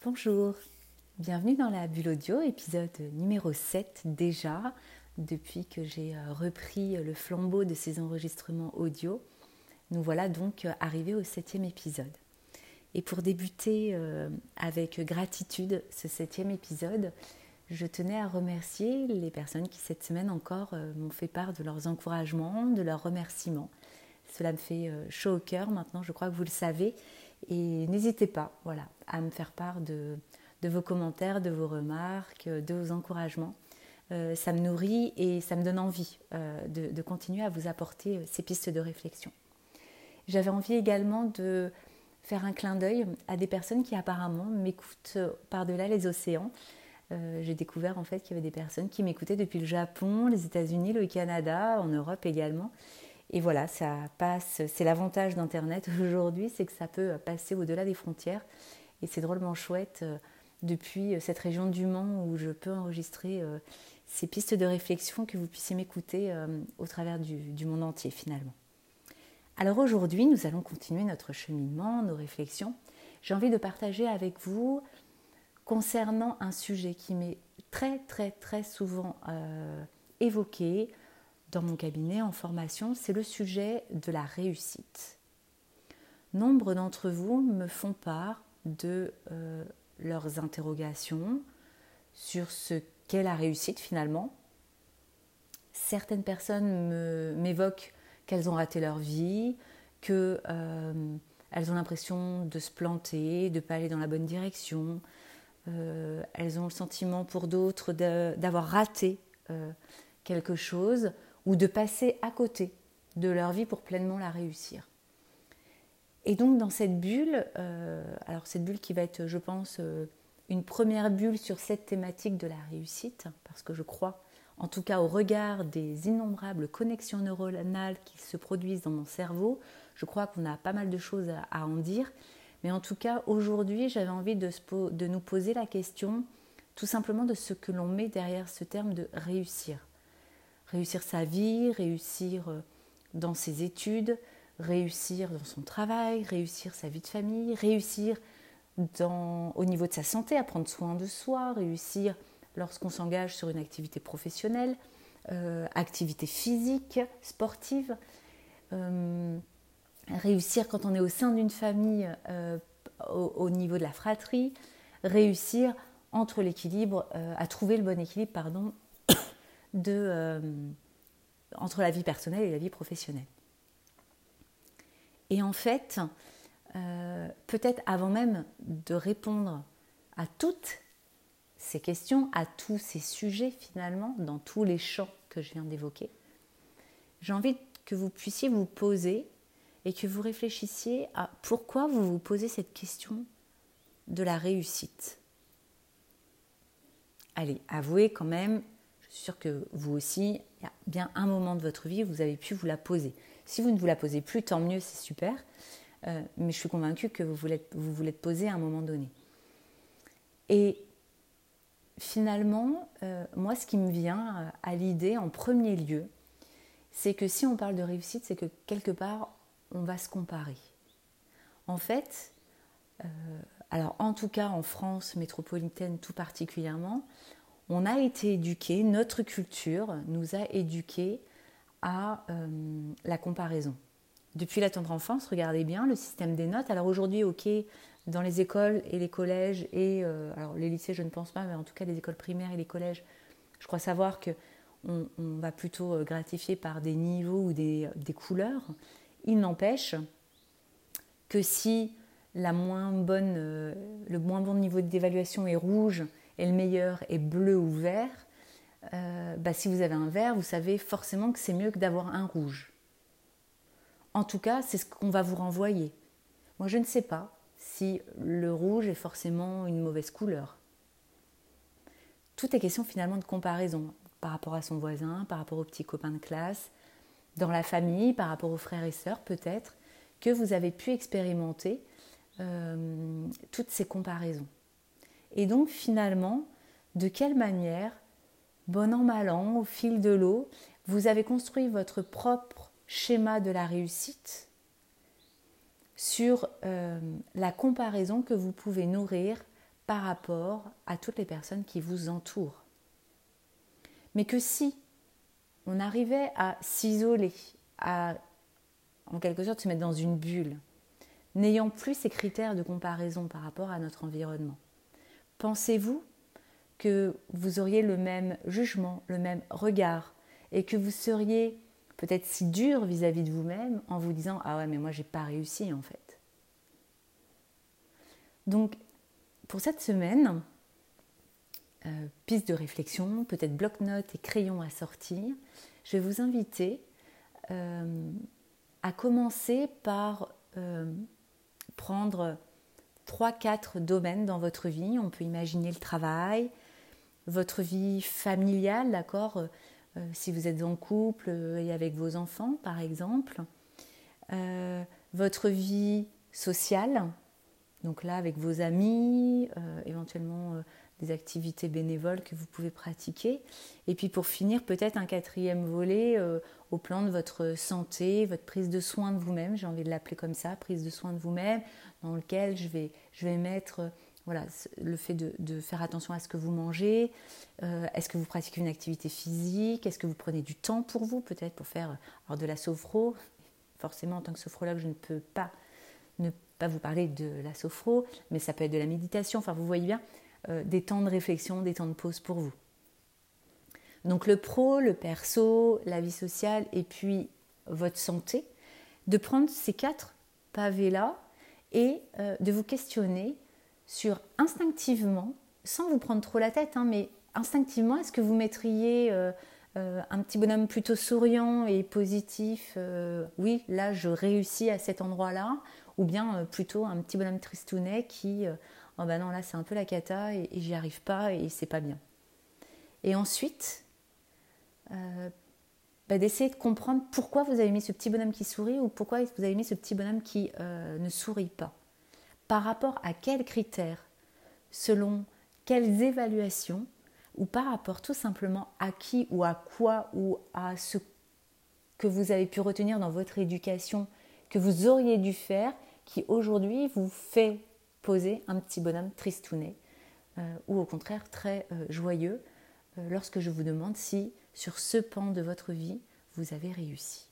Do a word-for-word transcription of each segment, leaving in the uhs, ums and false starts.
Bonjour, bienvenue dans la bulle audio, épisode numéro sept déjà, depuis que j'ai repris le flambeau de ces enregistrements audio. Nous voilà donc arrivés au septième épisode. Et pour débuter avec gratitude ce septième épisode, je tenais à remercier les personnes qui cette semaine encore m'ont fait part de leurs encouragements, de leurs remerciements. Cela me fait chaud au cœur, maintenant je crois que vous le savez. Et n'hésitez pas voilà, à me faire part de, de vos commentaires, de vos remarques, de vos encouragements. Euh, ça me nourrit et ça me donne envie euh, de, de continuer à vous apporter ces pistes de réflexion. J'avais envie également de faire un clin d'œil à des personnes qui apparemment m'écoutent par-delà les océans. Euh, j'ai découvert en fait qu'il y avait des personnes qui m'écoutaient depuis le Japon, les États-Unis, le Canada, en Europe également. Et voilà, ça passe, c'est l'avantage d'Internet aujourd'hui, c'est que ça peut passer au-delà des frontières. Et c'est drôlement chouette euh, depuis cette région du Mans où je peux enregistrer euh, ces pistes de réflexion, que vous puissiez m'écouter euh, au travers du, du monde entier finalement. Alors aujourd'hui, nous allons continuer notre cheminement, nos réflexions. J'ai envie de partager avec vous concernant un sujet qui m'est très très très souvent euh, évoqué dans mon cabinet en formation, c'est le sujet de la réussite. Nombre d'entre vous me font part de euh, leurs interrogations sur ce qu'est la réussite finalement. Certaines personnes me, m'évoquent qu'elles ont raté leur vie, qu'elles euh, ont l'impression de se planter, de ne pas aller dans la bonne direction. Euh, elles ont le sentiment pour d'autres de, d'avoir raté euh, quelque chose, ou de passer à côté de leur vie pour pleinement la réussir. Et donc dans cette bulle, euh, alors cette bulle qui va être, je pense, euh, une première bulle sur cette thématique de la réussite, parce que je crois, en tout cas au regard des innombrables connexions neuronales qui se produisent dans mon cerveau, je crois qu'on a pas mal de choses à, à en dire. Mais en tout cas, aujourd'hui, j'avais envie de, se, de nous poser la question, tout simplement de ce que l'on met derrière ce terme de réussir. Réussir sa vie, réussir dans ses études, réussir dans son travail, réussir sa vie de famille, réussir dans, au niveau de sa santé, à prendre soin de soi, réussir lorsqu'on s'engage sur une activité professionnelle, euh, activité physique, sportive, euh, réussir quand on est au sein d'une famille euh, au, au niveau de la fratrie, réussir entre l'équilibre, euh, à trouver le bon équilibre, pardon, De, euh, entre la vie personnelle et la vie professionnelle. Et en fait, euh, peut-être avant même de répondre à toutes ces questions, à tous ces sujets finalement, dans tous les champs que je viens d'évoquer, j'ai envie que vous puissiez vous poser et que vous réfléchissiez à pourquoi vous vous posez cette question de la réussite. Allez, avouez quand même, je suis sûre que vous aussi, il y a bien un moment de votre vie où vous avez pu vous la poser. Si vous ne vous la posez plus, tant mieux, c'est super. Euh, mais je suis convaincue que vous voulez, vous voulez te poser à un moment donné. Et finalement, euh, moi, ce qui me vient à l'idée en premier lieu, c'est que si on parle de réussite, c'est que quelque part, on va se comparer. En fait, euh, alors en tout cas en France métropolitaine tout particulièrement, on a été éduqué, notre culture nous a éduqués à euh, la comparaison. Depuis la tendre enfance, regardez bien le système des notes. Alors aujourd'hui, ok, dans les écoles et les collèges, et euh, alors les lycées je ne pense pas, mais en tout cas les écoles primaires et les collèges, je crois savoir qu'on on va plutôt gratifier par des niveaux ou des, des couleurs. Il n'empêche que si la moins bonne, euh, le moins bon niveau d'évaluation est rouge, et le meilleur est bleu ou vert, euh, bah si vous avez un vert, vous savez forcément que c'est mieux que d'avoir un rouge. En tout cas, c'est ce qu'on va vous renvoyer. Moi, je ne sais pas si le rouge est forcément une mauvaise couleur. Tout est question finalement de comparaison par rapport à son voisin, par rapport aux petits copains de classe, dans la famille, par rapport aux frères et sœurs peut-être, que vous avez pu expérimenter euh, toutes ces comparaisons. Et donc finalement, de quelle manière, bon an, mal an, au fil de l'eau, vous avez construit votre propre schéma de la réussite sur euh, la comparaison que vous pouvez nourrir par rapport à toutes les personnes qui vous entourent. Mais que si on arrivait à s'isoler, à en quelque sorte se mettre dans une bulle, n'ayant plus ces critères de comparaison par rapport à notre environnement, pensez-vous que vous auriez le même jugement, le même regard, et que vous seriez peut-être si dur vis-à-vis de vous-même en vous disant « Ah ouais, mais moi, j'ai pas réussi en fait ». Donc, pour cette semaine, euh, piste de réflexion, peut-être bloc-notes et crayon à sortir, je vais vous inviter euh, à commencer par euh, prendre trois quatre domaines dans votre vie. On peut imaginer le travail, votre vie familiale, d'accord, euh, si vous êtes en couple et avec vos enfants, par exemple. Euh, votre vie sociale, donc là avec vos amis, euh, éventuellement euh, des activités bénévoles que vous pouvez pratiquer. Et puis pour finir, peut-être un quatrième volet euh, au plan de votre santé, votre prise de soin de vous-même, j'ai envie de l'appeler comme ça, prise de soin de vous-même, dans lequel je vais, je vais mettre... Euh, Voilà, le fait de, de faire attention à ce que vous mangez, euh, est-ce que vous pratiquez une activité physique, est-ce que vous prenez du temps pour vous, peut-être pour faire alors de la sophro. Forcément, en tant que sophrologue, je ne peux pas ne pas vous parler de la sophro, mais ça peut être de la méditation, enfin vous voyez bien, euh, des temps de réflexion, des temps de pause pour vous. Donc le pro, le perso, la vie sociale et puis votre santé, de prendre ces quatre pavés-là et euh, de vous questionner sur instinctivement, sans vous prendre trop la tête, hein, mais instinctivement, est-ce que vous mettriez euh, euh, un petit bonhomme plutôt souriant et positif, euh, oui, là je réussis à cet endroit-là, ou bien euh, plutôt un petit bonhomme tristounet qui, euh, oh ben non, là c'est un peu la cata et, et j'y arrive pas et c'est pas bien. Et ensuite, euh, bah, d'essayer de comprendre pourquoi vous avez mis ce petit bonhomme qui sourit ou pourquoi vous avez mis ce petit bonhomme qui euh, ne sourit pas. Par rapport à quels critères, selon quelles évaluations, ou par rapport tout simplement à qui ou à quoi ou à ce que vous avez pu retenir dans votre éducation, que vous auriez dû faire, qui aujourd'hui vous fait poser un petit bonhomme tristounet, euh, ou au contraire très euh, joyeux, euh, lorsque je vous demande si sur ce pan de votre vie, vous avez réussi.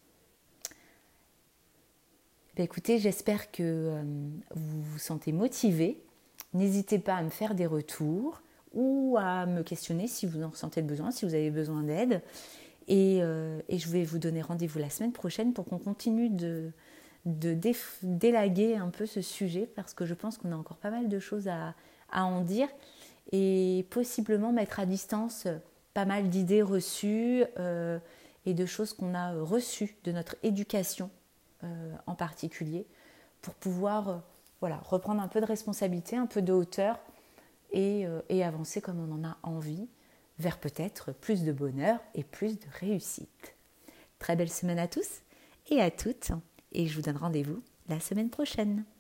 Ben écoutez, j'espère que euh, vous vous sentez motivé. N'hésitez pas à me faire des retours ou à me questionner si vous en ressentez le besoin, si vous avez besoin d'aide. Et, euh, et je vais vous donner rendez-vous la semaine prochaine pour qu'on continue de, de déf- d'élaguer un peu ce sujet parce que je pense qu'on a encore pas mal de choses à, à en dire et possiblement mettre à distance pas mal d'idées reçues euh, et de choses qu'on a reçues de notre éducation. Euh, en particulier, pour pouvoir euh, voilà, reprendre un peu de responsabilité, un peu de hauteur et, euh, et avancer comme on en a envie vers peut-être plus de bonheur et plus de réussite. Très belle semaine à tous et à toutes et je vous donne rendez-vous la semaine prochaine.